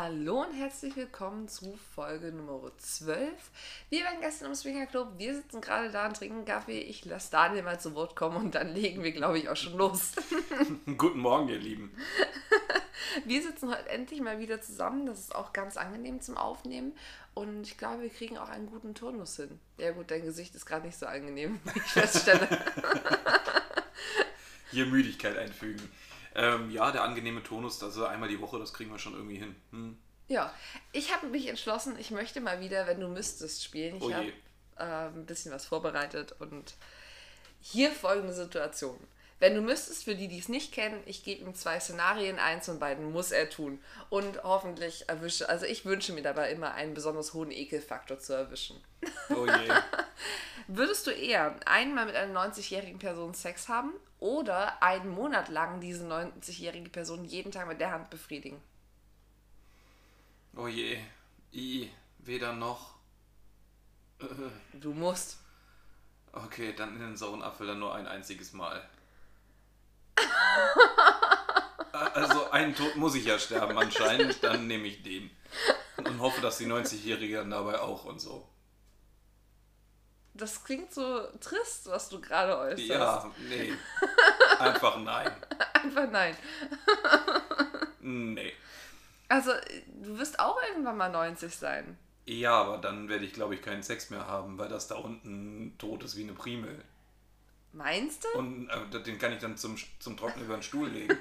Hallo und herzlich willkommen zu Folge Nummer 12. Wir waren gestern im Swinger Club, wir sitzen gerade da und trinken Kaffee. Ich lasse Daniel mal zu Wort kommen und dann legen wir, glaube ich, auch schon los. Guten Morgen, ihr Lieben. Wir sitzen heute endlich mal wieder zusammen, das ist auch ganz angenehm zum Aufnehmen und ich glaube, wir kriegen auch einen guten Turnus hin. Ja gut, dein Gesicht ist gerade nicht so angenehm, wie ich feststelle. Hier Müdigkeit einfügen. Ja, der angenehme Tonus, also einmal die Woche, das kriegen wir schon irgendwie hin. Ja, ich habe mich entschlossen, ich möchte mal wieder, wenn du müsstest, spielen. Oh Ich habe je. ein bisschen was vorbereitet und hier folgende Situation. Wenn du müsstest, für die, die es nicht kennen, ich gebe ihm 2 Szenarien, eins von beiden muss er tun. Und hoffentlich erwische, also ich wünsche mir dabei immer einen besonders hohen Ekelfaktor zu erwischen. Oh je. Würdest du eher einmal mit einer 90-jährigen Person Sex haben oder einen Monat lang diese 90-jährige Person jeden Tag mit der Hand befriedigen? Oh je. Weder noch. Du musst. Okay, dann in den sauren Apfel dann nur ein einziges Mal. Also einen Tod muss ich ja sterben anscheinend, dann nehme ich den. Und hoffe, dass die 90-Jährige dann dabei auch und so. Das klingt so trist, was du gerade äußerst. Ja, nee. Einfach nein. Einfach nein. Nee. Also, du wirst auch irgendwann mal 90 sein. Ja, aber dann werde ich, glaube ich, keinen Sex mehr haben, weil das da unten tot ist wie eine Primel. Meinst du? Und den kann ich dann zum Trocknen über den Stuhl legen.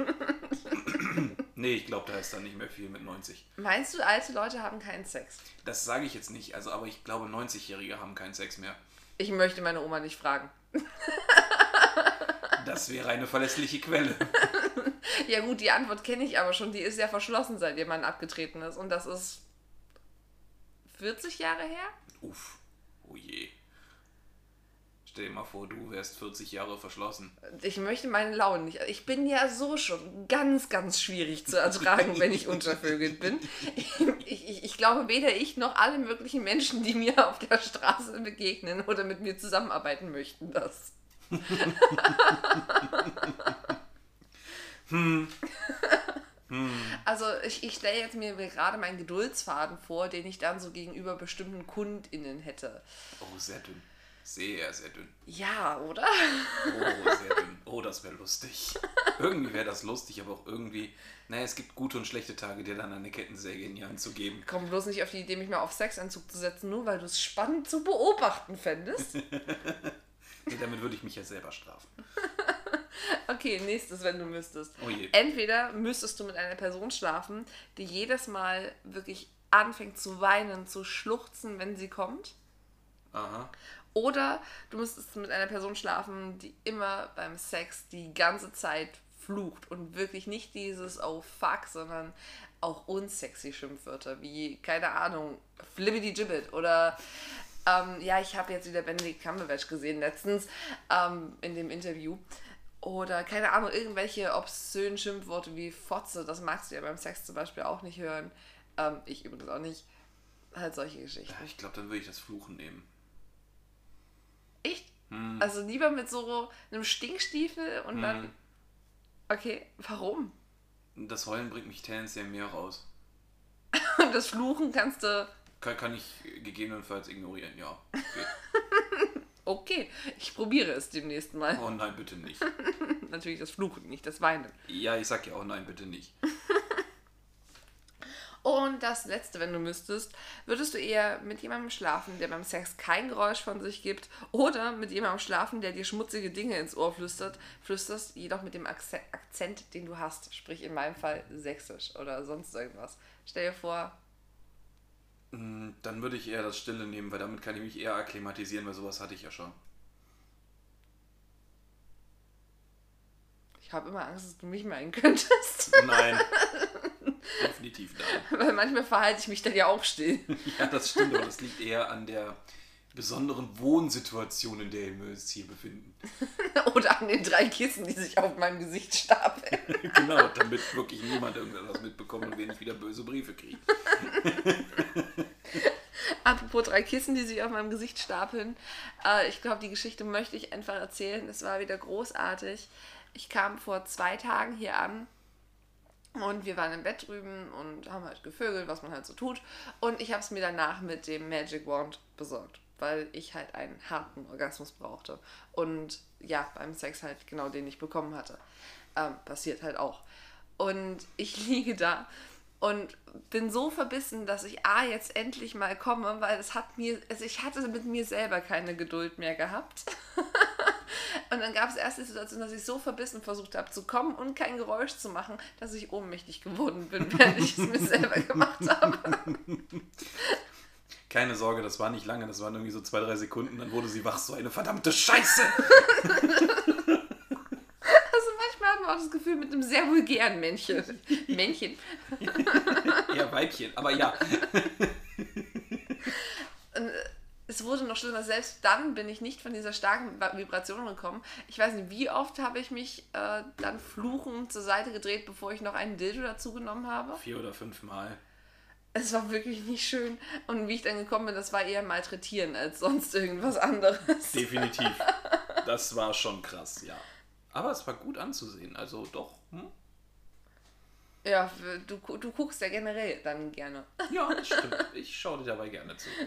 Nee, ich glaube, da ist dann nicht mehr viel mit 90. Meinst du, alte Leute haben keinen Sex? Das sage ich jetzt nicht, also aber ich glaube, 90-Jährige haben keinen Sex mehr. Ich möchte meine Oma nicht fragen. Das wäre eine verlässliche Quelle. Ja gut, die Antwort kenne ich aber schon. Die ist ja verschlossen, seit ihr Mann abgetreten ist. Und das ist 40 Jahre her? Uff, oh je. Stell dir mal vor, du wärst 40 Jahre verschlossen. Ich möchte meine Laune nicht. Ich bin ja so schon ganz, ganz schwierig zu ertragen, wenn ich untervögelt bin. Ich glaube, weder ich noch alle möglichen Menschen, die mir auf der Straße begegnen oder mit mir zusammenarbeiten möchten, das. Also ich stelle jetzt mir gerade meinen Geduldsfaden vor, den ich dann so gegenüber bestimmten KundInnen hätte. Oh, sehr dünn. Sehr, sehr dünn. Ja, oder? Oh, sehr dünn. Oh, das wäre lustig. Irgendwie wäre das lustig, aber auch irgendwie... Naja, es gibt gute und schlechte Tage, dir dann eine Kettensäge in die Hand zu geben. Komm bloß nicht auf die Idee, mich mal auf Sexentzug zu setzen, nur weil du es spannend zu beobachten fändest. Nee, damit würde ich mich ja selber strafen. Okay, nächstes, wenn du müsstest. Oh je. Entweder müsstest du mit einer Person schlafen, die jedes Mal wirklich anfängt zu weinen, zu schluchzen, wenn sie kommt. Aha. Oder du müsstest mit einer Person schlafen, die immer beim Sex die ganze Zeit flucht und wirklich nicht dieses oh fuck, sondern auch unsexy Schimpfwörter wie, keine Ahnung, Flibbidi Gibbet oder ja, ich habe jetzt wieder Benedict Cumberbatch gesehen letztens in dem Interview. Oder, keine Ahnung, irgendwelche obszönen Schimpfworte wie Fotze, das magst du ja beim Sex zum Beispiel auch nicht hören. Ich übrigens auch nicht. Halt solche Geschichten. Ja, ich glaube, dann würde ich das Fluchen nehmen. Echt? Also lieber mit so einem Stinkstiefel und dann... Okay, warum? Das Heulen bringt mich tendenziell mehr raus. Und das Fluchen kannst du... Kann ich gegebenenfalls ignorieren, ja. Okay. Okay, ich probiere es demnächst mal. Oh nein, bitte nicht. Natürlich das Fluchen, nicht das Weinen. Ja, ich sag ja auch nein, bitte nicht. Und das Letzte, wenn du müsstest, würdest du eher mit jemandem schlafen, der beim Sex kein Geräusch von sich gibt, oder mit jemandem schlafen, der dir schmutzige Dinge ins Ohr flüsterst, jedoch mit dem Akzent, den du hast. Sprich in meinem Fall sächsisch oder sonst irgendwas. Stell dir vor... Dann würde ich eher das Stille nehmen, weil damit kann ich mich eher akklimatisieren, weil sowas hatte ich ja schon. Ich habe immer Angst, dass du mich meinen könntest. Nein. Definitiv nein. Weil manchmal verhalte ich mich dann ja auch still. Ja, das stimmt, aber das liegt eher an der besonderen Wohnsituation, in der wir uns hier befinden. Oder an den 3 Kissen, die sich auf meinem Gesicht stapeln. Genau, damit wirklich niemand irgendwas mitbekommt und wir nicht wieder böse Briefe kriegen. Apropos 3 Kissen, die sich auf meinem Gesicht stapeln. Ich glaube, die Geschichte möchte ich einfach erzählen. Es war wieder großartig. Ich kam vor 2 Tagen hier an Und wir waren im Bett drüben und haben halt gevögelt, was man halt so tut. Und ich habe es mir danach mit dem Magic Wand besorgt, weil ich halt einen harten Orgasmus brauchte. Und ja, beim Sex halt genau den ich bekommen hatte. Passiert halt auch. Und ich liege da und bin so verbissen, dass ich jetzt endlich mal komme, weil ich hatte mit mir selber keine Geduld mehr gehabt. Und dann gab es erst die Situation, dass ich so verbissen versucht habe zu kommen und kein Geräusch zu machen, dass ich ohnmächtig geworden bin, während ich es mir selber gemacht habe. Keine Sorge, das war nicht lange, das waren irgendwie so 2-3 Sekunden, dann wurde sie wach, so eine verdammte Scheiße! Also manchmal hat man auch das Gefühl, mit einem sehr vulgären Männchen. Ja, Weibchen, aber ja. Und es wurde noch schlimmer, selbst dann bin ich nicht von dieser starken Vibration gekommen. Ich weiß nicht, wie oft habe ich mich dann fluchend zur Seite gedreht, bevor ich noch einen Dildo dazu genommen habe. 4 oder 5 Mal. Es war wirklich nicht schön. Und wie ich dann gekommen bin, das war eher malträtieren als sonst irgendwas anderes. Definitiv. Das war schon krass, ja. Aber es war gut anzusehen, also doch. Ja, du guckst ja generell dann gerne. Ja, das stimmt. Ich schaue dir dabei gerne zu.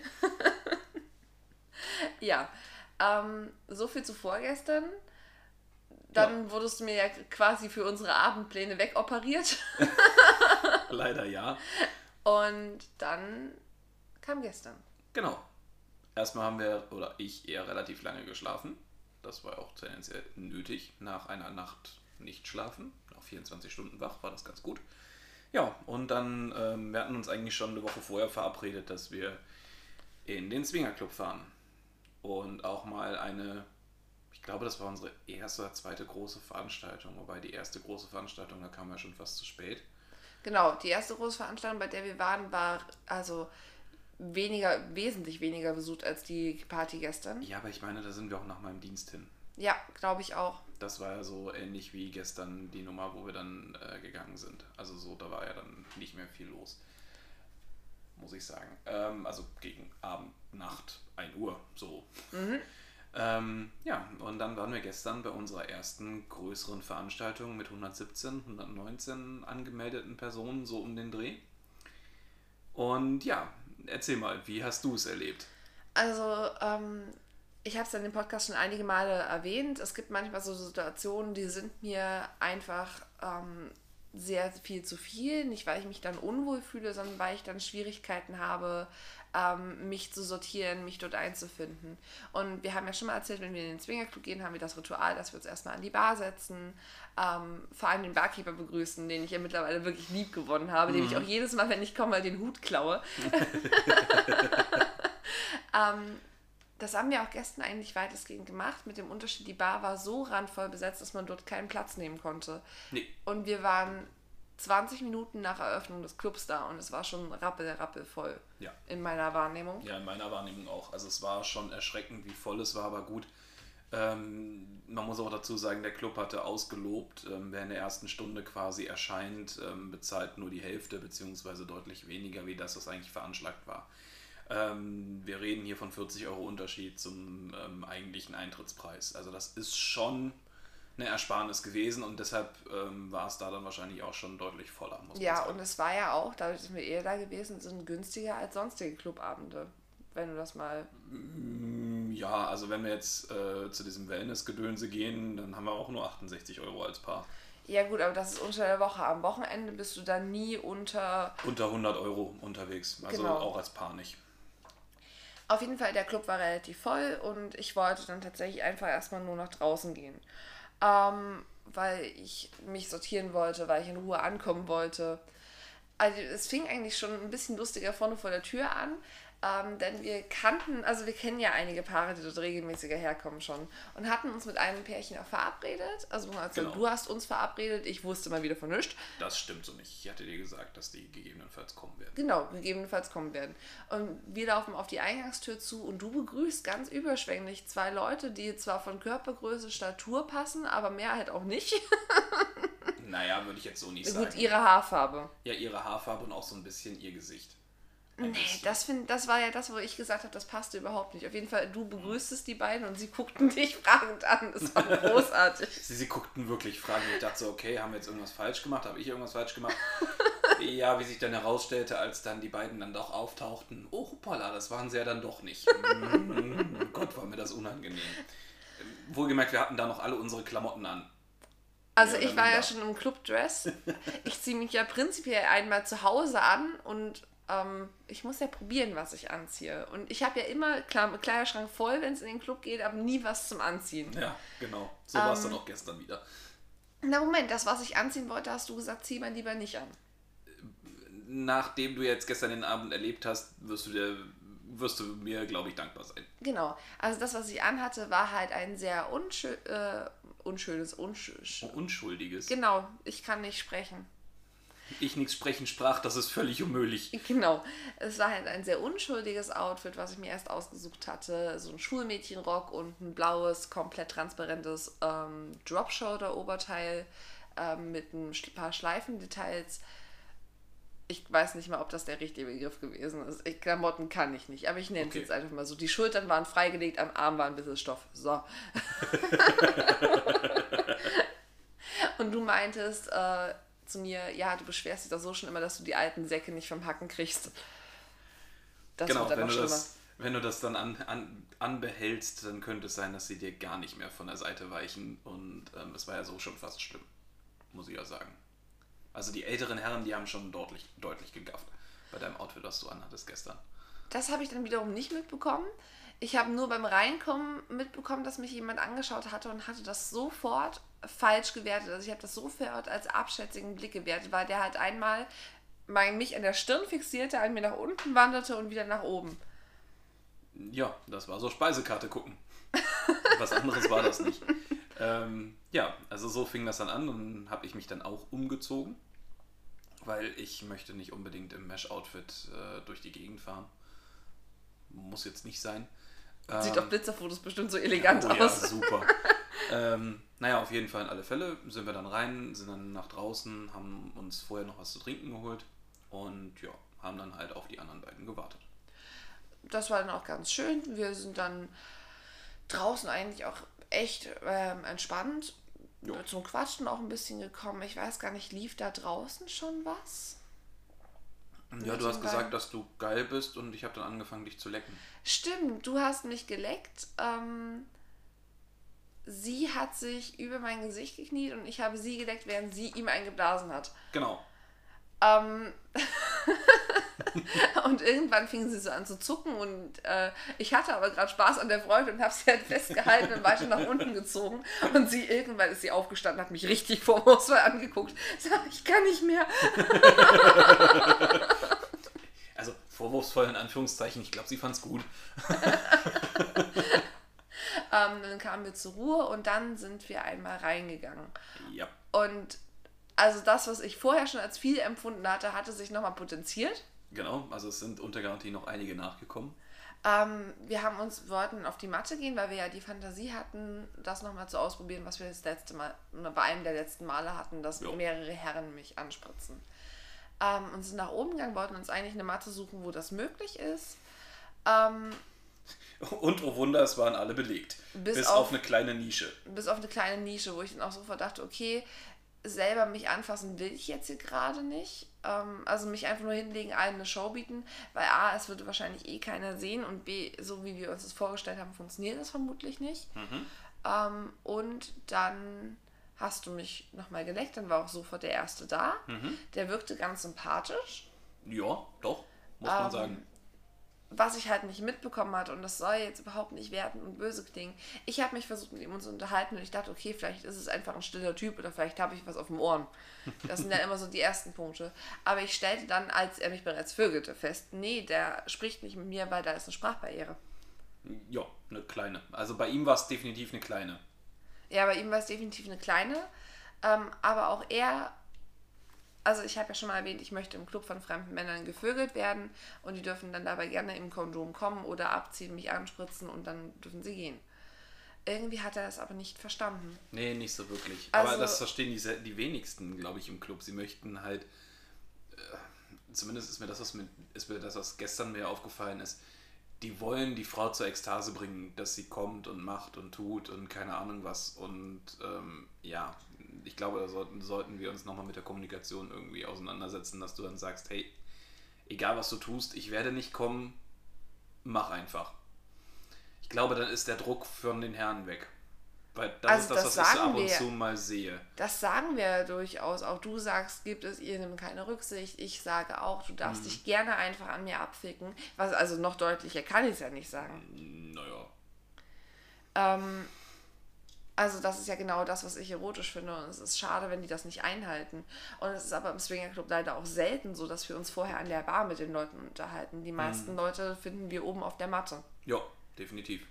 Ja, so viel zu vorgestern. Dann wurdest du mir ja quasi für unsere Abendpläne wegoperiert. Leider ja. Und dann kam gestern. Genau. Erstmal haben wir, oder ich, eher relativ lange geschlafen. Das war auch tendenziell nötig. Nach einer Nacht nicht schlafen, nach 24 Stunden wach, war das ganz gut. Ja, und dann, wir hatten uns eigentlich schon eine Woche vorher verabredet, dass wir in den Swingerclub fahren. Und auch mal ich glaube, das war unsere erste oder zweite große Veranstaltung. Wobei die erste große Veranstaltung, da kamen wir schon fast zu spät. Genau, die erste große Veranstaltung, bei der wir waren, war also wesentlich weniger besucht als die Party gestern. Ja, aber ich meine, da sind wir auch nach meinem Dienst hin. Ja, glaube ich auch. Das war ja so ähnlich wie gestern die Nummer, wo wir dann gegangen sind. Also so, da war ja dann nicht mehr viel los, muss ich sagen. Also gegen Abend, Nacht, 1 Uhr, so. Mhm. Ja, und dann waren wir gestern bei unserer ersten größeren Veranstaltung mit 117, 119 angemeldeten Personen, so um den Dreh. Und ja, erzähl mal, wie hast du es erlebt? Also, ich habe es in dem Podcast schon einige Male erwähnt. Es gibt manchmal so Situationen, die sind mir einfach sehr viel zu viel. Nicht, weil ich mich dann unwohl fühle, sondern weil ich dann Schwierigkeiten habe, mich zu sortieren, mich dort einzufinden. Und wir haben ja schon mal erzählt, wenn wir in den Swingerclub gehen, haben wir das Ritual, dass wir uns erstmal an die Bar setzen, vor allem den Barkeeper begrüßen, den ich ja mittlerweile wirklich lieb gewonnen habe, dem ich auch jedes Mal, wenn ich komme, den Hut klaue. Das haben wir auch gestern eigentlich weitestgehend gemacht, mit dem Unterschied, die Bar war so randvoll besetzt, dass man dort keinen Platz nehmen konnte. Nee. Und wir waren 20 Minuten nach Eröffnung des Clubs da und es war schon rappelvoll. Ja. In meiner Wahrnehmung. Ja, in meiner Wahrnehmung auch. Also es war schon erschreckend, wie voll es war, aber gut. Man muss auch dazu sagen, der Club hatte ausgelobt, wer in der ersten Stunde quasi erscheint, bezahlt nur die Hälfte beziehungsweise deutlich weniger, wie das, was eigentlich veranschlagt war. Wir reden hier von 40 € Unterschied zum eigentlichen Eintrittspreis. Also das ist schon eine Ersparnis gewesen und deshalb war es da dann wahrscheinlich auch schon deutlich voller, muss man Ja, sagen. und es war ja auch, dadurch, dass wir eher da gewesen sind, günstiger als sonstige Clubabende. Wenn du das mal... Ja, also wenn wir jetzt zu diesem Wellness-Gedönse gehen, dann haben wir auch nur 68 € als Paar. Ja gut, aber das ist unter der Woche. Am Wochenende bist du dann nie unter 100 € unterwegs, also Genau. auch als Paar nicht. Auf jeden Fall, der Club war relativ voll und ich wollte dann tatsächlich einfach erstmal nur nach draußen gehen. Weil ich mich sortieren wollte, weil ich in Ruhe ankommen wollte. Also es fing eigentlich schon ein bisschen lustiger vorne vor der Tür an, denn wir kennen ja einige Paare, die dort regelmäßiger herkommen schon und hatten uns mit einem Pärchen auch verabredet. Also Genau. Du hast uns verabredet, ich wusste mal wieder von nichts. Das stimmt so nicht. Ich hatte dir gesagt, dass die gegebenenfalls kommen werden. Genau, gegebenenfalls kommen werden. Und wir laufen auf die Eingangstür zu und du begrüßt ganz überschwänglich 2 Leute, die zwar von Körpergröße, Statur passen, aber mehr halt auch nicht. Naja, würde ich jetzt so nicht sagen. Gut, ihre Haarfarbe. Ja, ihre Haarfarbe und auch so ein bisschen ihr Gesicht. Nee, das war ja das, wo ich gesagt habe, das passte überhaupt nicht. Auf jeden Fall, du begrüßtest die beiden und sie guckten dich fragend an. Das war großartig. Sie guckten wirklich fragend. Ich dachte so, okay, haben wir jetzt irgendwas falsch gemacht? Habe ich irgendwas falsch gemacht? Ja, wie sich dann herausstellte, als dann die beiden dann doch auftauchten. Oh, hoppala, das waren sie ja dann doch nicht. Gott, war mir das unangenehm. Wohlgemerkt, wir hatten da noch alle unsere Klamotten an. Also ich war ja schon im Clubdress. Ich ziehe mich ja prinzipiell einmal zu Hause an und ich muss ja probieren, was ich anziehe. Und ich habe ja immer Kleiderschrank voll, wenn es in den Club geht, aber nie was zum Anziehen. Ja, genau. So war es dann auch gestern wieder. Na Moment, das, was ich anziehen wollte, hast du gesagt, zieh mal lieber nicht an. Nachdem du jetzt gestern den Abend erlebt hast, wirst du mir, glaube ich, dankbar sein. Genau. Also das, was ich anhatte, war halt ein sehr Unschuldiges. Genau, ich kann nicht sprechen. Ich nichts sprechen sprach, das ist völlig unmöglich. Genau. Es war halt ein sehr unschuldiges Outfit, was ich mir erst ausgesucht hatte. So ein Schulmädchenrock und ein blaues, komplett transparentes Drop-Shoulder-Oberteil mit ein paar Schleifendetails. Ich weiß nicht mal, ob das der richtige Begriff gewesen ist. Klamotten kann ich nicht, aber ich nenne es jetzt einfach mal so. Die Schultern waren freigelegt, am Arm war ein bisschen Stoff. So. Und du meintest zu mir, ja, du beschwerst dich doch so schon immer, dass du die alten Säcke nicht vom Hacken kriegst. Das genau, wird dann noch schlimmer. Wenn du das dann anbehältst, dann könnte es sein, dass sie dir gar nicht mehr von der Seite weichen. Und es war ja so schon fast schlimm, muss ich ja sagen. Also die älteren Herren, die haben schon deutlich gegafft bei deinem Outfit, was du anhattest gestern. Das habe ich dann wiederum nicht mitbekommen. Ich habe nur beim Reinkommen mitbekommen, dass mich jemand angeschaut hatte und hatte das sofort falsch gewertet. Also ich habe das sofort als abschätzigen Blick gewertet, weil der halt einmal mich an der Stirn fixierte, an mir nach unten wanderte und wieder nach oben. Ja, das war so Speisekarte gucken. Was anderes war das nicht. Ja, also so fing das dann an und habe ich mich dann auch umgezogen, weil ich möchte nicht unbedingt im Mesh-Outfit durch die Gegend fahren. Muss jetzt nicht sein. Sieht auf Blitzerfotos bestimmt so elegant aus. Ja, super. Naja, auf jeden Fall in alle Fälle sind wir dann rein, sind dann nach draußen, haben uns vorher noch was zu trinken geholt und ja, haben dann halt auf die anderen beiden gewartet. Das war dann auch ganz schön. Wir sind dann draußen eigentlich auch echt entspannt. Zum Quatschen auch ein bisschen gekommen. Ich weiß gar nicht, lief da draußen schon was? Ja, du hast gesagt, dass du geil bist und ich habe dann angefangen, dich zu lecken. Stimmt, du hast mich geleckt. Sie hat sich über mein Gesicht gekniet und ich habe sie geleckt, während sie ihm eingeblasen hat. Genau. Und irgendwann fing sie so an zu zucken und ich hatte aber gerade Spaß an der Freude und habe sie halt festgehalten und weiter nach unten gezogen und irgendwann ist sie aufgestanden, hat mich richtig vorwurfsvoll angeguckt. Sag, ich kann nicht mehr. Also vorwurfsvoll in Anführungszeichen, ich glaube, sie fand's gut. Dann kamen wir zur Ruhe und dann sind wir einmal reingegangen. Ja. Und also das, was ich vorher schon als viel empfunden hatte, hatte sich nochmal potenziert. Genau, also es sind unter Garantie noch einige nachgekommen. Wir wollten auf die Matte gehen, weil wir ja die Fantasie hatten, das nochmal zu ausprobieren, was wir das letzte Mal, bei einem der letzten Male hatten, dass mehrere Herren mich anspritzen. Und sind nach oben gegangen, wollten uns eigentlich eine Matte suchen, wo das möglich ist. Und oh Wunder, es waren alle belegt. Bis auf eine kleine Nische. Bis auf eine kleine Nische, wo ich dann auch sofort dachte, okay, selber mich anfassen will ich jetzt hier gerade nicht. Also mich einfach nur hinlegen, allen eine Show bieten, weil A, es würde wahrscheinlich eh keiner sehen und B, so wie wir uns das vorgestellt haben, funktioniert das vermutlich nicht. Und dann hast du mich nochmal geleckt, dann war auch sofort der Erste da. Der wirkte ganz sympathisch. Ja, doch, muss man sagen. Was ich halt nicht mitbekommen hatte, und das soll jetzt überhaupt nicht werten und böse klingen, ich habe mich versucht, mit ihm zu unterhalten und ich dachte, okay, vielleicht ist es einfach ein stiller Typ oder vielleicht habe ich was auf dem Ohren. Das sind ja immer so die ersten Punkte. Aber ich stellte dann, als er mich bereits vögelte, fest, nee, der spricht nicht mit mir, weil da ist eine Sprachbarriere. Ja, eine kleine. Also bei ihm war es definitiv eine kleine. Ja, bei ihm war es definitiv eine kleine. Aber auch er... Also ich habe ja schon mal erwähnt, ich möchte im Club von fremden Männern gevögelt werden und die dürfen dann dabei gerne im Kondom kommen oder abziehen, mich anspritzen und dann dürfen sie gehen. Irgendwie hat er das aber nicht verstanden. Nee, nicht so wirklich. Also, aber das verstehen die wenigsten, glaube ich, im Club. Sie möchten halt zumindest ist mir das, was gestern mir aufgefallen ist, die wollen die Frau zur Ekstase bringen, dass sie kommt und macht und tut und keine Ahnung was. Und ja, ich glaube, da sollten wir uns nochmal mit der Kommunikation irgendwie auseinandersetzen, dass du dann sagst, hey, egal was du tust, ich werde nicht kommen, mach einfach. Ich glaube, dann ist der Druck von den Herren weg. Weil das ist das, was ich so ab und zu mal sehe. Das sagen wir ja durchaus. Auch du sagst, gibt es ihr nimmt keine Rücksicht. Ich sage auch, du darfst dich gerne einfach an mir abficken. Was, also noch deutlicher kann ich es ja nicht sagen. Naja. Also das ist ja genau das, was ich erotisch finde. Und es ist schade, wenn die das nicht einhalten. Und es ist aber im Swingerclub leider auch selten so, dass wir uns vorher an der Bar mit den Leuten unterhalten. Die meisten Leute finden wir oben auf der Matte. Ja, definitiv.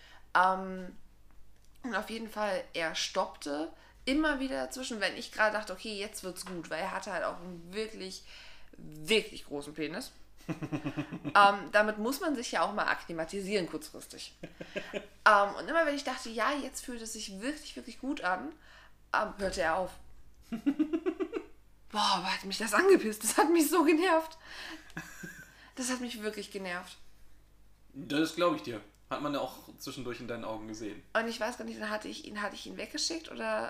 Und auf jeden Fall, er stoppte immer wieder dazwischen, wenn ich gerade dachte, okay, jetzt wird's gut, weil er hatte halt auch einen wirklich, wirklich großen Penis. Damit muss man sich ja auch mal akklimatisieren kurzfristig. Und immer wenn ich dachte, ja, jetzt fühlt es sich wirklich, wirklich gut an, hörte er auf. Boah, hat mich das angepisst. Das hat mich so genervt. Das hat mich wirklich genervt. Das glaube ich dir. Hat man ja auch zwischendurch in deinen Augen gesehen. Und ich weiß gar nicht, dann hatte ich ihn weggeschickt oder...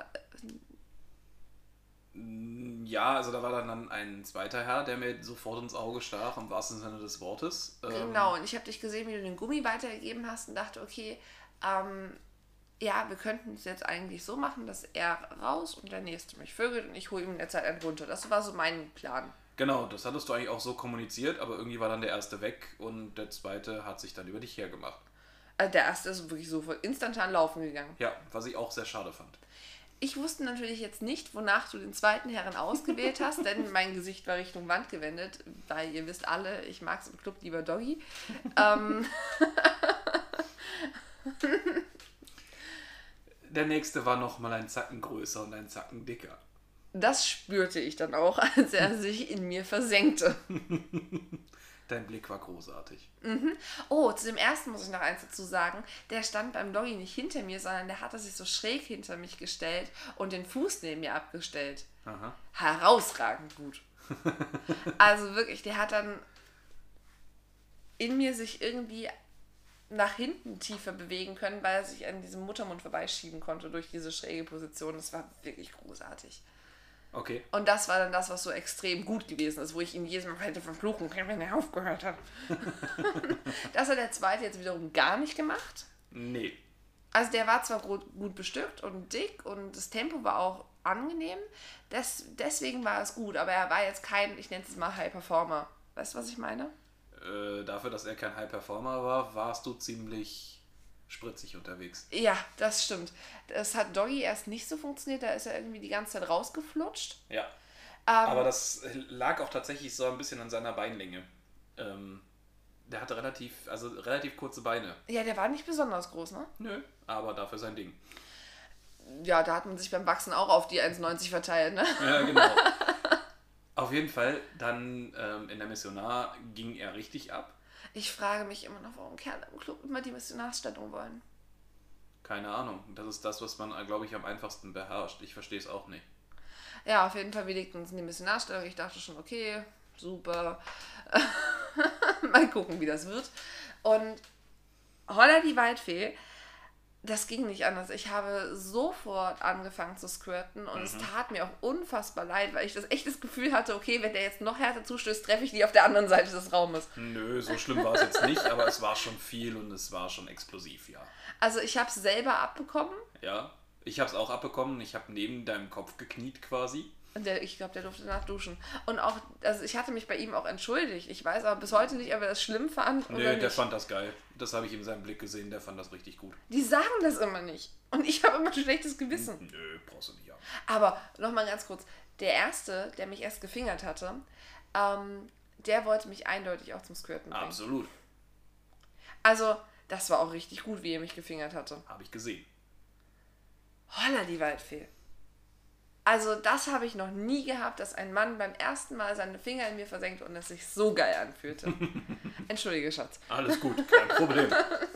Ja, also da war dann ein zweiter Herr, der mir sofort ins Auge stach, im wahrsten Sinne des Wortes. Genau, und ich habe dich gesehen, wie du den Gummi weitergegeben hast und dachte, okay, ja, wir könnten es jetzt eigentlich so machen, dass er raus und der Nächste mich vögelt und ich hole ihm in der Zeit einen runter. Das war so mein Plan. Genau, das hattest du eigentlich auch so kommuniziert, aber irgendwie war dann der Erste weg und der Zweite hat sich dann über dich hergemacht. Also der Erste ist wirklich sofort instantan laufen gegangen. Ja, was ich auch sehr schade fand. Ich wusste natürlich jetzt nicht, wonach du den zweiten Herren ausgewählt hast, denn mein Gesicht war Richtung Wand gewendet, weil ihr wisst alle, ich mag es im Club lieber Doggy. Der Nächste war nochmal ein Zacken größer und ein Zacken dicker. Das spürte ich dann auch, als er sich in mir versenkte. Dein Blick war großartig. Oh, zu dem ersten muss ich noch eins dazu sagen. Der stand beim Doggy nicht hinter mir, sondern der hatte sich so schräg hinter mich gestellt und den Fuß neben mir abgestellt. Aha. Herausragend gut. Also wirklich, der hat dann in mir sich irgendwie nach hinten tiefer bewegen können, weil er sich an diesem Muttermund vorbeischieben konnte durch diese schräge Position. Das war wirklich großartig. Okay. Und das war dann das, was so extrem gut gewesen ist, wo ich ihn jedes Mal hätte verfluchen können, wenn er aufgehört hat. Das hat der Zweite jetzt wiederum gar nicht gemacht. Nee. Also der war zwar gut bestückt und dick und das Tempo war auch angenehm, deswegen war es gut, aber er war jetzt kein, ich nenne es mal High Performer. Weißt du, was ich meine? Dafür, dass er kein High Performer war, warst du ziemlich spritzig unterwegs. Ja, das stimmt. Das hat Doggy erst nicht so funktioniert, da ist er irgendwie die ganze Zeit rausgeflutscht. Ja. Aber das lag auch tatsächlich so ein bisschen an seiner Beinlänge. Der hatte relativ kurze Beine. Ja, der war nicht besonders groß, ne? Nö, aber dafür sein Ding. Ja, da hat man sich beim Wachsen auch auf die 1,90 verteilt, ne? Ja, genau. Auf jeden Fall, dann in der Missionar ging er richtig ab. Ich frage mich immer noch, warum Kerle im Club immer die Missionarsstellung wollen. Keine Ahnung. Das ist das, was man, glaube ich, am einfachsten beherrscht. Ich verstehe es auch nicht. Ja, auf jeden Fall, wir legten uns in die Missionarstellung. Ich dachte schon, okay, super. Mal gucken, wie das wird. Und holla die Waldfee, das ging nicht anders. Ich habe sofort angefangen zu squirten und es tat mir auch unfassbar leid, weil ich das echt das Gefühl hatte, okay, wenn der jetzt noch härter zustößt, treffe ich die auf der anderen Seite des Raumes. Nö, so schlimm war es jetzt nicht, aber es war schon viel und es war schon explosiv, ja. Also ich habe es selber abbekommen. Ja, ich habe es auch abbekommen. Ich habe neben deinem Kopf gekniet quasi. Und ich glaube, der durfte danach duschen. Und auch, also ich hatte mich bei ihm auch entschuldigt. Ich weiß aber bis heute nicht, ob er das schlimm fand oder nicht. Der fand das geil. Das habe ich in seinem Blick gesehen, der fand das richtig gut. Die sagen das immer nicht. Und ich habe immer ein schlechtes Gewissen. Nö, brauchst du nicht haben. Aber nochmal ganz kurz. Der Erste, der mich erst gefingert hatte, der wollte mich eindeutig auch zum Squirten bringen. Absolut. Also, das war auch richtig gut, wie er mich gefingert hatte. Habe ich gesehen. Holla die Waldfee. Also das habe ich noch nie gehabt, dass ein Mann beim ersten Mal seine Finger in mir versenkt und es sich so geil anfühlte. Entschuldige, Schatz. Alles gut, kein Problem.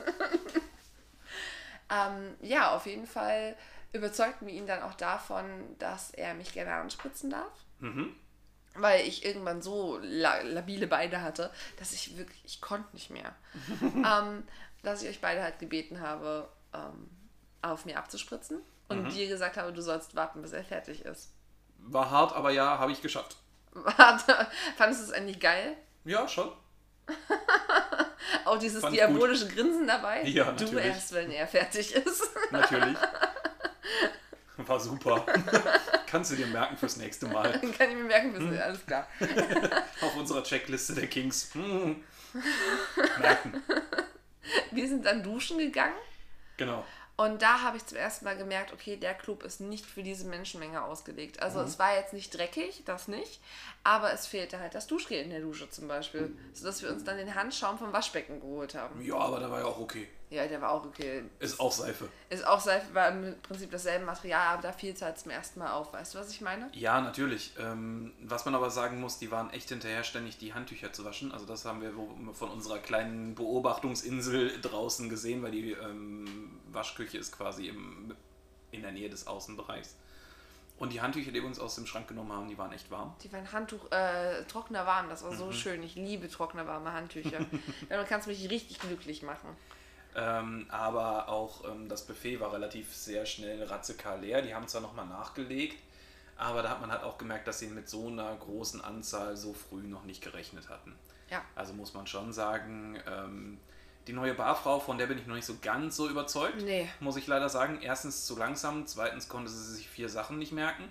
Ja, auf jeden Fall überzeugten wir ihn dann auch davon, dass er mich gerne anspritzen darf. weil ich irgendwann so labile Beine hatte, dass ich konnte nicht mehr. Dass ich euch beide halt gebeten habe, auf mir abzuspritzen und dir gesagt habe, du sollst warten, bis er fertig ist. War hart, aber ja, habe ich geschafft. Fandest du es eigentlich geil? Ja, schon. Auch dieses Fand ich diabolische Grinsen dabei? Ja, Du natürlich. erst, wenn er fertig ist. Natürlich. War super. Kannst du dir merken fürs nächste Mal. Kann ich mir merken, alles klar. Auf unserer Checkliste der Kings. Merken. Wir sind dann duschen gegangen. Genau. Und da habe ich zum ersten Mal gemerkt, okay, der Club ist nicht für diese Menschenmenge ausgelegt. Also es war jetzt nicht dreckig, das nicht, aber es fehlte halt das Duschgel in der Dusche zum Beispiel, sodass wir uns dann den Handschaum vom Waschbecken geholt haben. Ja, aber der war ja auch okay. Ja, der war auch okay. Ist auch Seife. Ist auch Seife, war im Prinzip dasselbe Material, aber da fiel es halt zum ersten Mal auf. Weißt du, was ich meine? Ja, natürlich. Was man aber sagen muss, die waren echt hinterher ständig die Handtücher zu waschen. Also das haben wir von unserer kleinen Beobachtungsinsel draußen gesehen, weil die Waschküche ist quasi in der Nähe des Außenbereichs. Und die Handtücher, die wir uns aus dem Schrank genommen haben, die waren echt warm. Die waren trockener warm, das war so schön. Ich liebe trockene, warme Handtücher. Damit kannst du mich richtig glücklich machen. Aber auch das Buffet war relativ sehr schnell ratzekarl leer. Die haben zwar nochmal nachgelegt, aber da hat man halt auch gemerkt, dass sie mit so einer großen Anzahl so früh noch nicht gerechnet hatten. Ja. Also muss man schon sagen, die neue Barfrau, von der bin ich noch nicht so ganz so überzeugt, muss ich leider sagen. Erstens zu langsam, zweitens konnte sie sich 4 Sachen nicht merken.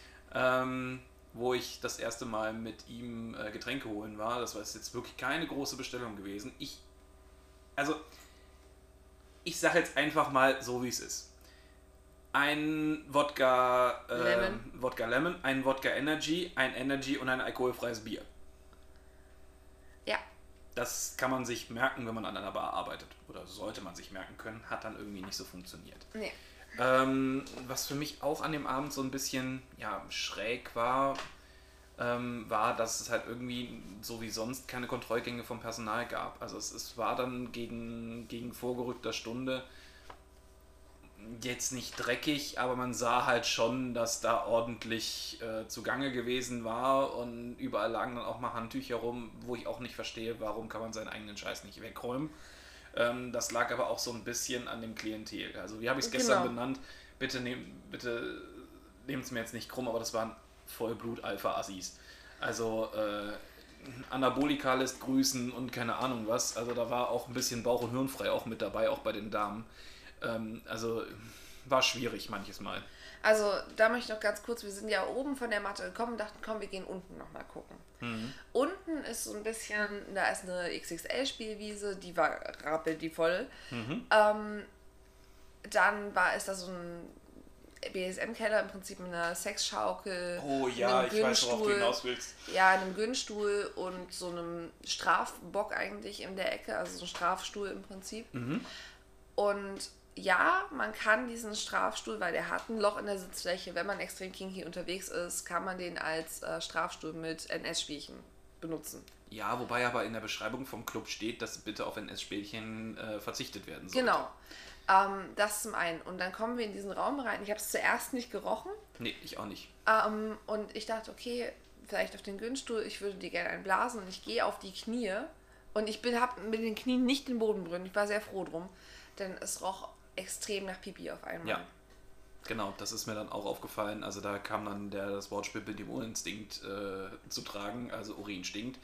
Wo ich das erste Mal mit ihm Getränke holen war, das war jetzt wirklich keine große Bestellung gewesen. Ich sage jetzt einfach mal so, wie es ist. Ein Wodka Lemon, ein Wodka Energy, ein Energy und ein alkoholfreies Bier. Ja. Das kann man sich merken, wenn man an einer Bar arbeitet. Oder sollte man sich merken können. Hat dann irgendwie nicht so funktioniert. Nee. Was für mich auch an dem Abend so ein bisschen schräg war, war, dass es halt irgendwie so wie sonst keine Kontrollgänge vom Personal gab. Also es war dann gegen vorgerückter Stunde jetzt nicht dreckig, aber man sah halt schon, dass da ordentlich zugange gewesen war und überall lagen dann auch mal Handtücher rum, wo ich auch nicht verstehe, warum kann man seinen eigenen Scheiß nicht wegräumen. Das lag aber auch so ein bisschen an dem Klientel. Also wie habe ich es gestern benannt? Bitte nehmt es mir jetzt nicht krumm, aber das waren Vollblut-Alpha-Assis. Also Anabolika lässt grüßen und keine Ahnung was. Also da war auch ein bisschen Bauch- und Hirnfrei auch mit dabei, auch bei den Damen. Also war schwierig manches Mal. Also da möchte ich noch ganz kurz, wir sind ja oben von der Matte gekommen und dachten, komm, wir gehen unten nochmal gucken. Unten ist so ein bisschen, da ist eine XXL-Spielwiese, die war rappeldi voll. Dann ist da so ein BDSM-Keller, im Prinzip mit einer Sexschaukel. Oh ja, ich weiß, worauf du hinaus willst. Ja, einem Günststuhl und so einem Strafbock eigentlich in der Ecke, also so ein Strafstuhl im Prinzip. Und ja, man kann diesen Strafstuhl, weil der hat ein Loch in der Sitzfläche, wenn man extrem kinky unterwegs ist, kann man den als Strafstuhl mit NS-Spielchen benutzen. Ja, wobei aber in der Beschreibung vom Club steht, dass bitte auf NS-Spielchen verzichtet werden sollte. Genau. Das zum einen. Und dann kommen wir in diesen Raum rein. Ich habe es zuerst nicht gerochen. Nee, ich auch nicht. Und ich dachte, okay, vielleicht auf den Günststuhl, ich würde dir gerne einblasen. Und ich gehe auf die Knie. Und ich habe mit den Knien nicht den Boden berührt. Ich war sehr froh drum. Denn es roch extrem nach Pipi auf einmal. Ja, genau. Das ist mir dann auch aufgefallen. Also da kam dann das Wortspiel mit dem Urinstinkt zu tragen. Also Urin stinkt.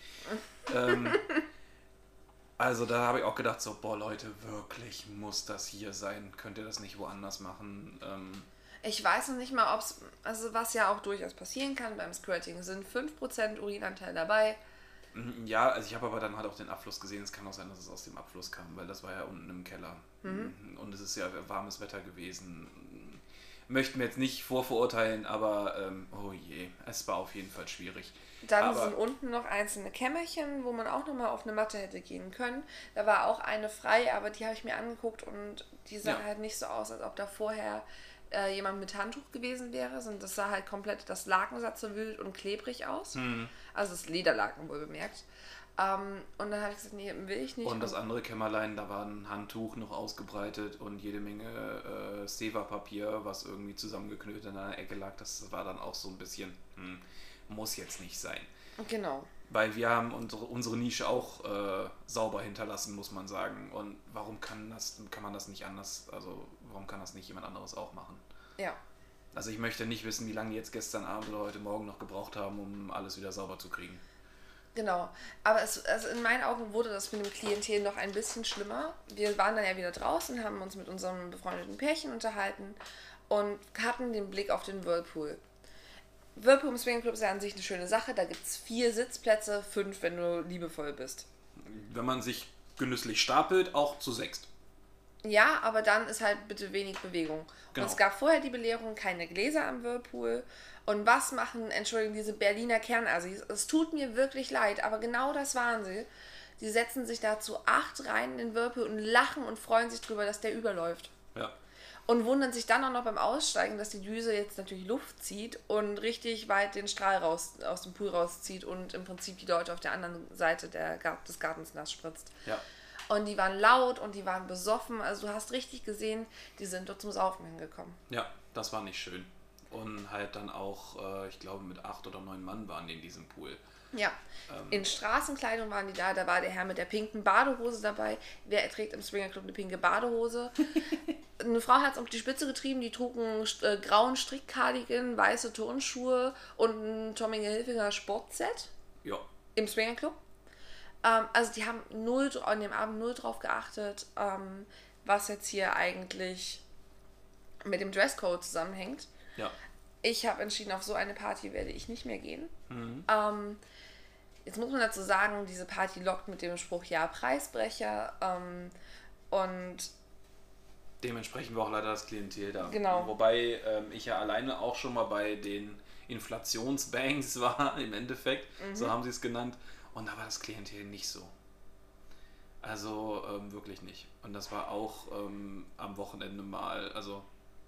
Also da habe ich auch gedacht, so, boah Leute, wirklich muss das hier sein? Könnt ihr das nicht woanders machen? Ich weiß noch nicht mal, ob es, also was ja auch durchaus passieren kann beim Squirting, sind 5% Urinanteil dabei. Ja, also ich habe aber dann halt auch den Abfluss gesehen. Es kann auch sein, dass es aus dem Abfluss kam, weil das war ja unten im Keller. Und es ist ja warmes Wetter gewesen. Möchten wir jetzt nicht vorverurteilen, aber oh je, es war auf jeden Fall schwierig. Dann sind unten noch einzelne Kämmerchen, wo man auch nochmal auf eine Matte hätte gehen können. Da war auch eine frei, aber die habe ich mir angeguckt und die sah halt nicht so aus, als ob da vorher jemand mit Handtuch gewesen wäre. Das sah halt komplett, das Laken sah so wild und klebrig aus. Also das Lederlaken wohl bemerkt. Und dann habe ich gesagt, nee, will ich nicht. Und das andere Kämmerlein, da war ein Handtuch noch ausgebreitet und jede Menge Seva-Papier, was irgendwie zusammengeknüllt in einer Ecke lag. Das war dann auch so ein bisschen... muss jetzt nicht sein. Genau. Weil wir haben unsere Nische auch sauber hinterlassen, muss man sagen. Und warum kann man das nicht anders, also warum kann das nicht jemand anderes auch machen? Ja. Also ich möchte nicht wissen, wie lange die jetzt gestern Abend oder heute Morgen noch gebraucht haben, um alles wieder sauber zu kriegen. Genau. Aber also in meinen Augen wurde das mit dem Klientel noch ein bisschen schlimmer. Wir waren dann ja wieder draußen, haben uns mit unserem befreundeten Pärchen unterhalten und hatten den Blick auf den Whirlpool. Whirlpool im Swingerclub ist ja an sich eine schöne Sache. Da gibt es 4 Sitzplätze, 5, wenn du liebevoll bist. Wenn man sich genüsslich stapelt, auch zu 6. Ja, aber dann ist halt bitte wenig Bewegung. Genau. Und es gab vorher die Belehrung, keine Gläser am Whirlpool. Und was machen, Entschuldigung, diese Berliner Kernassis? Es tut mir wirklich leid, aber genau das waren sie. Die setzen sich da zu 8 rein in den Whirlpool und lachen und freuen sich drüber, dass der überläuft. Ja. Und wundern sich dann auch noch beim Aussteigen, dass die Düse jetzt natürlich Luft zieht und richtig weit den Strahl aus dem Pool rauszieht und im Prinzip die Leute auf der anderen Seite des Gartens nass spritzt. Ja. Und die waren laut und die waren besoffen. Also du hast richtig gesehen, die sind dort zum Saufen hingekommen. Ja, das war nicht schön. Und halt dann auch, ich glaube mit 8 oder 9 Mann waren die in diesem Pool. Ja, in Straßenkleidung waren die da. Da war der Herr mit der pinken Badehose dabei. Wer trägt im Swingerclub eine pinke Badehose? Eine Frau hat es auf die Spitze getrieben. Die trug einen grauen Strickcardigan, weiße Turnschuhe und ein Tommy Hilfiger Sportset. Ja. Im Swingerclub. Also die haben an dem Abend null drauf geachtet, was jetzt hier eigentlich mit dem Dresscode zusammenhängt. Ja. Ich habe entschieden, auf so eine Party werde ich nicht mehr gehen. Mhm. Jetzt muss man dazu sagen, diese Party lockt mit dem Spruch, ja, Preisbrecher. Und dementsprechend war auch leider das Klientel da. Genau. Wobei ich ja alleine auch schon mal bei den Inflationsbanks war, im Endeffekt, so haben sie es genannt. Und da war das Klientel nicht so. Also wirklich nicht. Und das war auch am Wochenende mal, also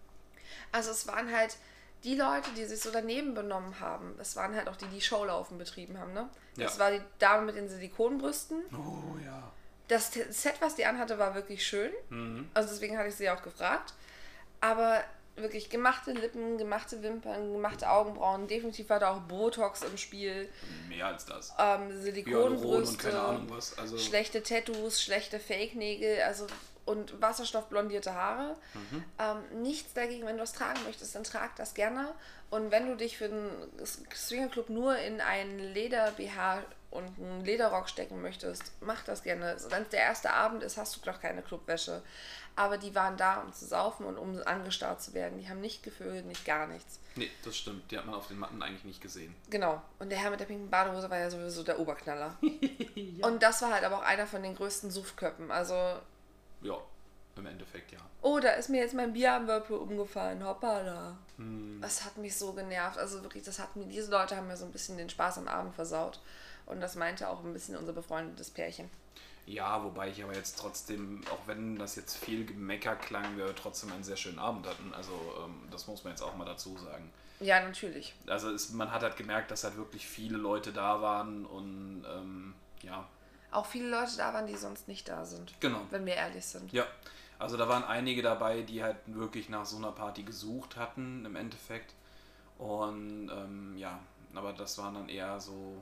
es waren halt die Leute, die sich so daneben benommen haben. Es waren halt auch die Showlaufen betrieben haben, ne? Das war die Dame mit den Silikonbrüsten. Oh ja. Das Set, was die anhatte, war wirklich schön. Mhm. Also deswegen hatte ich sie auch gefragt. Aber wirklich gemachte Lippen, gemachte Wimpern, gemachte Augenbrauen. Definitiv war da auch Botox im Spiel. Mehr als das. Silikonbrüste, und keine Ahnung was. Also schlechte Tattoos, schlechte Fake-Nägel, und wasserstoffblondierte Haare. Nichts dagegen, wenn du das tragen möchtest, dann trag das gerne. Und wenn du dich für den Swingerclub nur in einen Leder-BH und einen Lederrock stecken möchtest, mach das gerne. Wenn es der erste Abend ist, hast du doch keine Clubwäsche. Aber die waren da, um zu saufen und um angestarrt zu werden. Die haben nicht gevögelt, nicht gar nichts. nee, das stimmt. Die hat man auf den Matten eigentlich nicht gesehen. Genau. Und der Herr mit der pinken Badehose war ja sowieso der Oberknaller. Ja. Und das war halt aber auch einer von den größten Suffköppen. Also ja, im Endeffekt ja. oh, da ist mir jetzt mein Bier am Whirlpool umgefallen, hoppala. Das hat mich so genervt, also wirklich, diese Leute haben mir so ein bisschen den Spaß am Abend versaut. Und das meinte auch ein bisschen unser befreundetes Pärchen. Ja, wobei ich aber jetzt trotzdem, auch wenn das jetzt viel Gemecker klang, wir trotzdem einen sehr schönen Abend hatten. Also das muss man jetzt auch mal dazu sagen. Ja, natürlich. Also man hat halt gemerkt, dass halt wirklich viele Leute da waren und ja. Auch viele Leute da waren, die sonst nicht da sind. Genau. Wenn wir ehrlich sind. Ja, also da waren einige dabei, die halt wirklich nach so einer Party gesucht hatten im Endeffekt. Und ja, aber das waren dann eher so,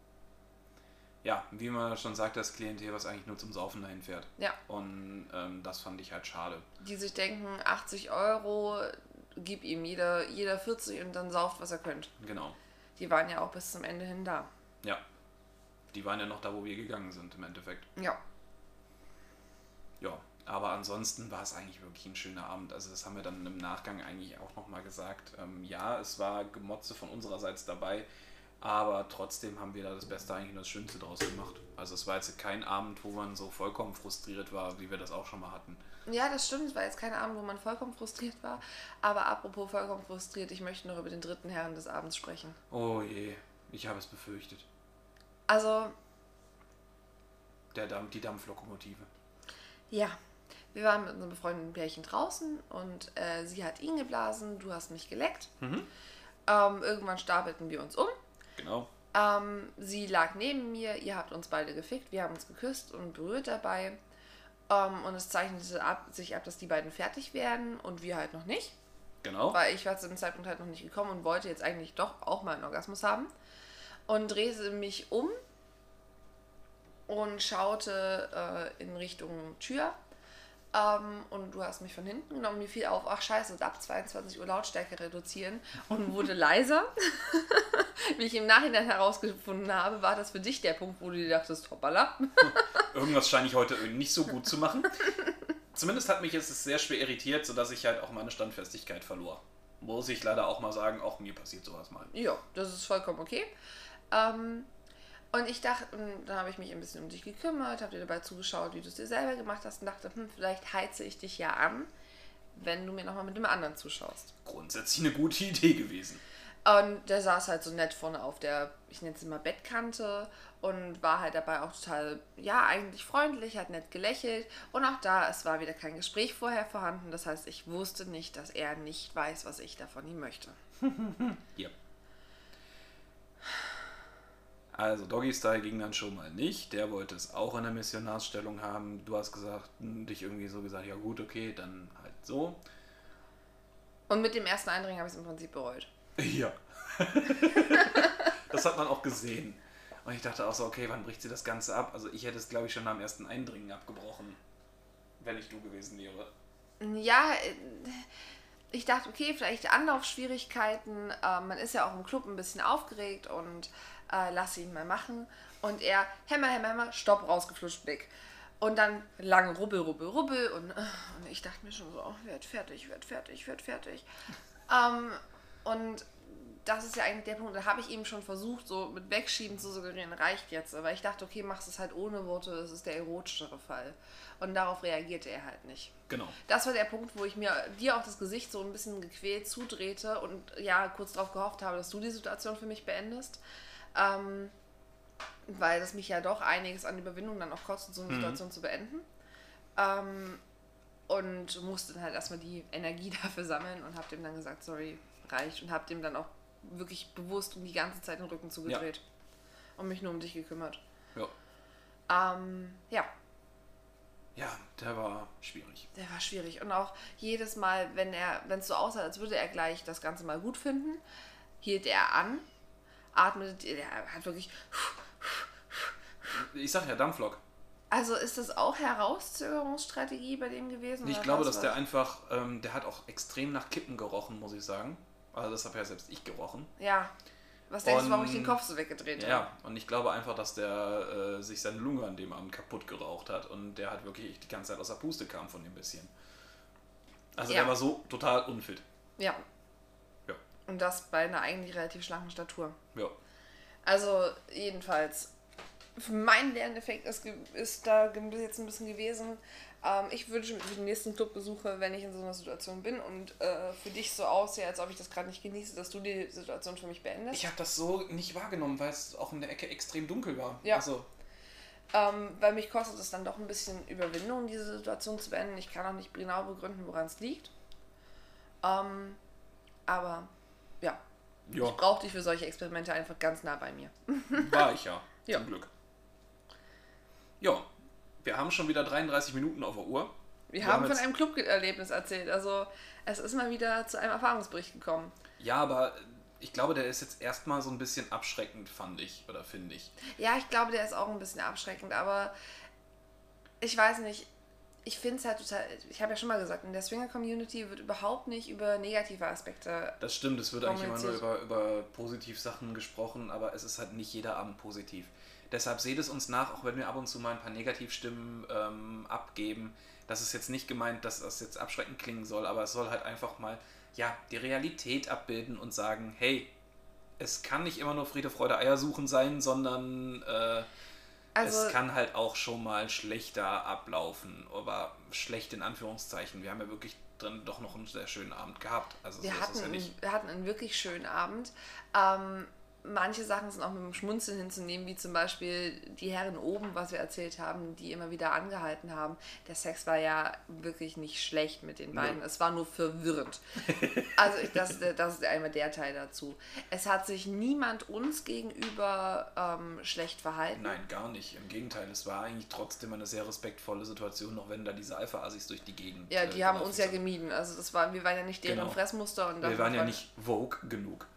ja, wie man schon sagt, das Klientel, was eigentlich nur zum Saufen dahin fährt. Ja. Und das fand ich halt schade. Die sich denken, 80 Euro, gib ihm jeder 40 und dann sauft, was er könnt. Genau. Die waren ja auch bis zum Ende hin da. Ja. Die waren ja noch da, wo wir gegangen sind im Endeffekt. Ja. Ja, aber ansonsten war es eigentlich wirklich ein schöner Abend. Also das haben wir dann im Nachgang eigentlich auch nochmal gesagt. Ja, es war Gemotze von unsererseits dabei, aber trotzdem haben wir da das Beste eigentlich und das Schönste draus gemacht. Also es war jetzt kein Abend, wo man so vollkommen frustriert war, wie wir das auch schon mal hatten. Ja, das stimmt. Es war jetzt kein Abend, wo man vollkommen frustriert war. Aber apropos vollkommen frustriert, ich möchte noch über den dritten Herrn des Abends sprechen. Oh je, ich habe es befürchtet. Also, Die Dampflokomotive. ja, wir waren mit unserem befreundeten Pärchen draußen und sie hat ihn geblasen, du hast mich geleckt. Irgendwann stapelten wir uns um. Genau. Sie lag neben mir, ihr habt uns beide gefickt, wir haben uns geküsst und berührt dabei. Und es zeichnete sich ab, dass die beiden fertig werden und wir halt noch nicht. Genau. Weil ich war zu dem Zeitpunkt halt noch nicht gekommen und wollte jetzt eigentlich doch auch mal einen Orgasmus haben. Und drehte mich um und schaute in Richtung Tür. Und du hast mich von hinten genommen. Mir fiel auf, ach scheiße, und ab 22 Uhr Lautstärke reduzieren. Und wurde leiser. Wie ich im Nachhinein herausgefunden habe, war das für dich der Punkt, wo du dir dachtest, hoppala. Irgendwas scheine ich heute nicht so gut zu machen. Zumindest hat mich es sehr schwer irritiert, sodass ich halt auch meine Standfestigkeit verlor. Muss ich leider auch mal sagen, auch mir passiert sowas mal. Ja, das ist vollkommen okay. Und ich dachte, und dann habe ich mich ein bisschen um dich gekümmert, habe dir dabei zugeschaut, wie du es dir selber gemacht hast und dachte, vielleicht heize ich dich ja an, wenn du mir nochmal mit dem anderen zuschaust. Grundsätzlich eine gute Idee gewesen. Und der saß halt so nett vorne auf der, ich nenne es immer Bettkante und war halt dabei auch total, ja, eigentlich freundlich, hat nett gelächelt. Und auch da, es war wieder kein Gespräch vorher vorhanden. Das heißt, ich wusste nicht, dass er nicht weiß, was ich da von ihm möchte. Ja. Also Doggy Style ging dann schon mal nicht. Der wollte es auch in der Missionarsstellung haben. Du hast gesagt, dich irgendwie so gesagt, ja gut, okay, dann halt so. Und mit dem ersten Eindringen habe ich es im Prinzip bereut. Ja. Das hat man auch gesehen. Und ich dachte auch so, okay, wann bricht sie das Ganze ab? Also ich hätte es, glaube ich, schon am ersten Eindringen abgebrochen, wenn ich du gewesen wäre. Ja, ich dachte, okay, vielleicht Anlaufschwierigkeiten. Man ist ja auch im Club ein bisschen aufgeregt und lass ihn mal machen. Und er, Hämmer, Stopp, rausgeflutscht, Blick. Und dann lange Rubbel. Und ich dachte mir schon so, oh, werd fertig. Und das ist ja eigentlich der Punkt, da habe ich eben schon versucht, so mit Wegschieben zu suggerieren, reicht jetzt. Aber ich dachte, okay, machst es halt ohne Worte, das ist der erotischere Fall. Und darauf reagierte er halt nicht. Genau. Das war der Punkt, wo ich dir auch das Gesicht so ein bisschen gequält zudrehte und ja, kurz darauf gehofft habe, dass du die Situation für mich beendest. Weil das mich ja doch einiges an Überwindung dann auch kostet, so eine Situation zu beenden. Und musste dann halt erstmal die Energie dafür sammeln und habe dem dann gesagt, sorry, reicht. Und habe dem dann auch wirklich bewusst um die ganze Zeit den Rücken zugedreht. Ja. Und mich nur um dich gekümmert. Ja. Ja. Ja, der war schwierig. Der war schwierig. Und auch jedes Mal, wenn es so aussah, als würde er gleich das Ganze mal gut finden, hielt er an, atmete, er hat wirklich... Ich sag ja, Dampflok. Also ist das auch Herauszögerungsstrategie bei dem gewesen? Ich glaube, dass der einfach, der hat auch extrem nach Kippen gerochen, muss ich sagen. Also das habe ja selbst ich gerochen. Ja. Was denkst du, warum ich den Kopf so weggedreht habe? Ja, und ich glaube einfach, dass der sich seine Lunge an dem Abend kaputt geraucht hat und der hat wirklich die ganze Zeit aus der Puste kam von dem bisschen. Also der war so total unfit. Ja. Ja. Und das bei einer eigentlich relativ schlanken Statur. Ja. Also jedenfalls, mein Lerneffekt ist da jetzt ein bisschen gewesen. Ich wünsche mir für die nächsten Clubbesuche, wenn ich in so einer Situation bin und für dich so aussehe, als ob ich das gerade nicht genieße, dass du die Situation für mich beendest. Ich habe das so nicht wahrgenommen, weil es auch in der Ecke extrem dunkel war. Ja. Also. Weil mich kostet es dann doch ein bisschen Überwindung, diese Situation zu beenden. Ich kann auch nicht genau begründen, woran es liegt. Aber ja. Ich brauche dich für solche Experimente einfach ganz nah bei mir. War ich ja. Zum Glück. Ja. Wir haben schon wieder 33 Minuten auf der Uhr. Wir haben von einem Club-Erlebnis erzählt. Also es ist mal wieder zu einem Erfahrungsbericht gekommen. Ja, aber ich glaube, der ist jetzt erstmal so ein bisschen abschreckend, finde ich. Ja, ich glaube, der ist auch ein bisschen abschreckend, aber ich weiß nicht. Ich finde es halt total, ich habe ja schon mal gesagt, in der Swinger-Community wird überhaupt nicht über negative Aspekte. Das stimmt, es wird eigentlich immer nur über Positivsachen gesprochen, aber es ist halt nicht jeder Abend positiv. Deshalb seht es uns nach, auch wenn wir ab und zu mal ein paar Negativstimmen abgeben. Das ist jetzt nicht gemeint, dass das jetzt abschreckend klingen soll, aber es soll halt einfach mal die Realität abbilden und sagen, hey, es kann nicht immer nur Friede, Freude, Eiersuchen sein, sondern es kann halt auch schon mal schlechter ablaufen, aber schlecht in Anführungszeichen. Wir haben ja wirklich drin doch noch einen sehr schönen Abend gehabt. Also wir hatten einen wirklich schönen Abend. manche Sachen sind auch mit dem Schmunzeln hinzunehmen, wie zum Beispiel die Herren oben, was wir erzählt haben, die immer wieder angehalten haben. Der Sex war ja wirklich nicht schlecht mit den beiden, es war nur verwirrend. Also das ist einmal der Teil dazu. Es hat sich niemand uns gegenüber schlecht verhalten. Nein, gar nicht. Im Gegenteil, es war eigentlich trotzdem eine sehr respektvolle Situation, auch wenn da diese Alpha-Assis durch die Gegend... Ja, die haben uns ja gemieden. Also wir waren ja nicht deren Fressmuster. Und wir waren ja nicht Vogue genug.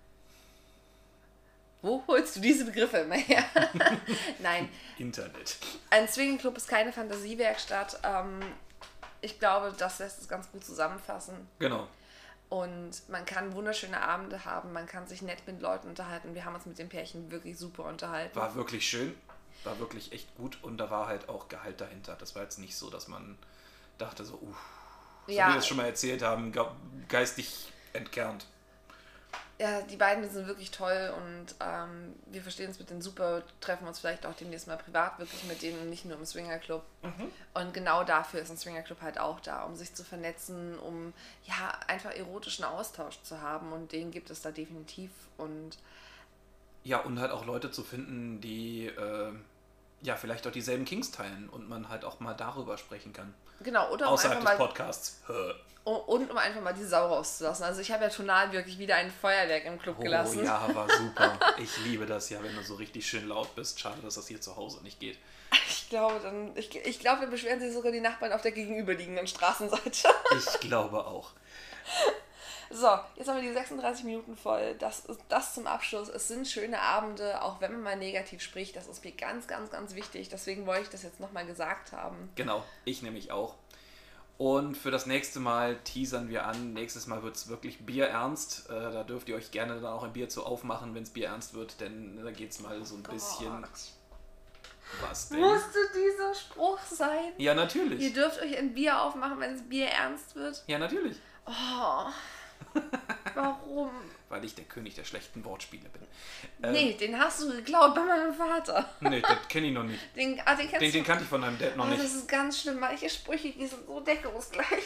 Wo holst du diese Begriffe immer her? Nein. Internet. Ein Swingerclub ist keine Fantasiewerkstatt. Ich glaube, das lässt es ganz gut zusammenfassen. Genau. Und man kann wunderschöne Abende haben, man kann sich nett mit Leuten unterhalten. Wir haben uns mit den Pärchen wirklich super unterhalten. War wirklich schön, war wirklich echt gut und da war halt auch Gehalt dahinter. Das war jetzt nicht so, dass man dachte so, wie wir es schon mal erzählt haben, geistig entkernt. Ja, die beiden sind wirklich toll und wir verstehen uns mit denen super, treffen uns vielleicht auch demnächst mal privat wirklich mit denen und nicht nur im Swingerclub. Und genau dafür ist ein Swingerclub halt auch da, um sich zu vernetzen, um ja einfach erotischen Austausch zu haben und den gibt es da definitiv. Und ja, und halt auch Leute zu finden, die ja vielleicht auch dieselben Kings teilen und man halt auch mal darüber sprechen kann. Genau, oder außerhalb des Podcasts. Und um einfach mal die Sau rauszulassen. Also ich habe ja tonal wirklich wieder ein Feuerwerk im Club gelassen. Oh ja, war super. Ich liebe das ja, wenn du so richtig schön laut bist. Schade, dass das hier zu Hause nicht geht. Ich glaube, dann beschweren sich sogar die Nachbarn auf der gegenüberliegenden Straßenseite. Ich glaube auch. So, jetzt haben wir die 36 Minuten voll. Das ist das zum Abschluss. Es sind schöne Abende, auch wenn man mal negativ spricht. Das ist mir ganz, ganz, ganz wichtig. Deswegen wollte ich das jetzt nochmal gesagt haben. Genau, ich nämlich auch. Und für das nächste Mal teasern wir an. Nächstes Mal wird es wirklich bierernst. Da dürft ihr euch gerne dann auch ein Bier zu aufmachen, wenn es bierernst wird. Denn da geht es mal so ein bisschen... Was denn? Musste dieser Spruch sein? Ja, natürlich. Ihr dürft euch ein Bier aufmachen, wenn es Bier ernst wird? Ja, natürlich. Oh, warum? Weil ich der König der schlechten Wortspiele bin. Nee, den hast du geklaut bei meinem Vater. Nee, das kenne ich noch nicht. Den kannte ich von deinem Dad noch nicht. Das ist ganz schlimm. Manche Sprüche, die sind so deckungsgleich.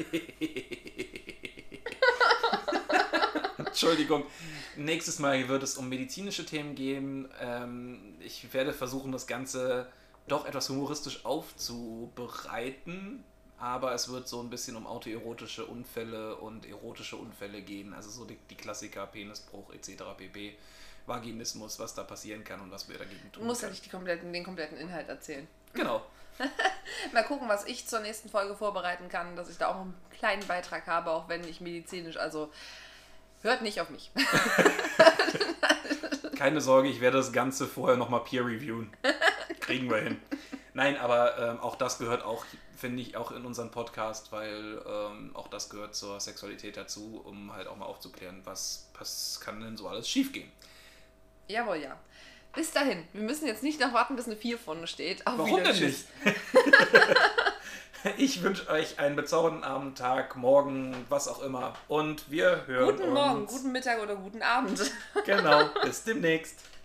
Entschuldigung. Nächstes Mal wird es um medizinische Themen gehen. Ich werde versuchen, das Ganze doch etwas humoristisch aufzubereiten. Aber es wird so ein bisschen um autoerotische Unfälle und erotische Unfälle gehen. Also so die Klassiker, Penisbruch etc. pp. Vaginismus, was da passieren kann und was wir dagegen tun. Du musst ja nicht den kompletten Inhalt erzählen. Genau. Mal gucken, was ich zur nächsten Folge vorbereiten kann, dass ich da auch einen kleinen Beitrag habe, auch wenn nicht medizinisch. Also hört nicht auf mich. Keine Sorge, ich werde das Ganze vorher nochmal peer-reviewen. Kriegen wir hin. Nein, aber auch das gehört auch, finde ich, auch in unseren Podcast, weil auch das gehört zur Sexualität dazu, um halt auch mal aufzuklären, was kann denn so alles schiefgehen. Jawohl, ja. Bis dahin. Wir müssen jetzt nicht noch warten, bis eine 4 vorne steht. Auf Warum denn nicht? Ich wünsche euch einen bezaubernden Abend, Tag, Morgen, was auch immer. Und wir hören uns. Guten Morgen, guten Mittag oder guten Abend. Genau, bis demnächst.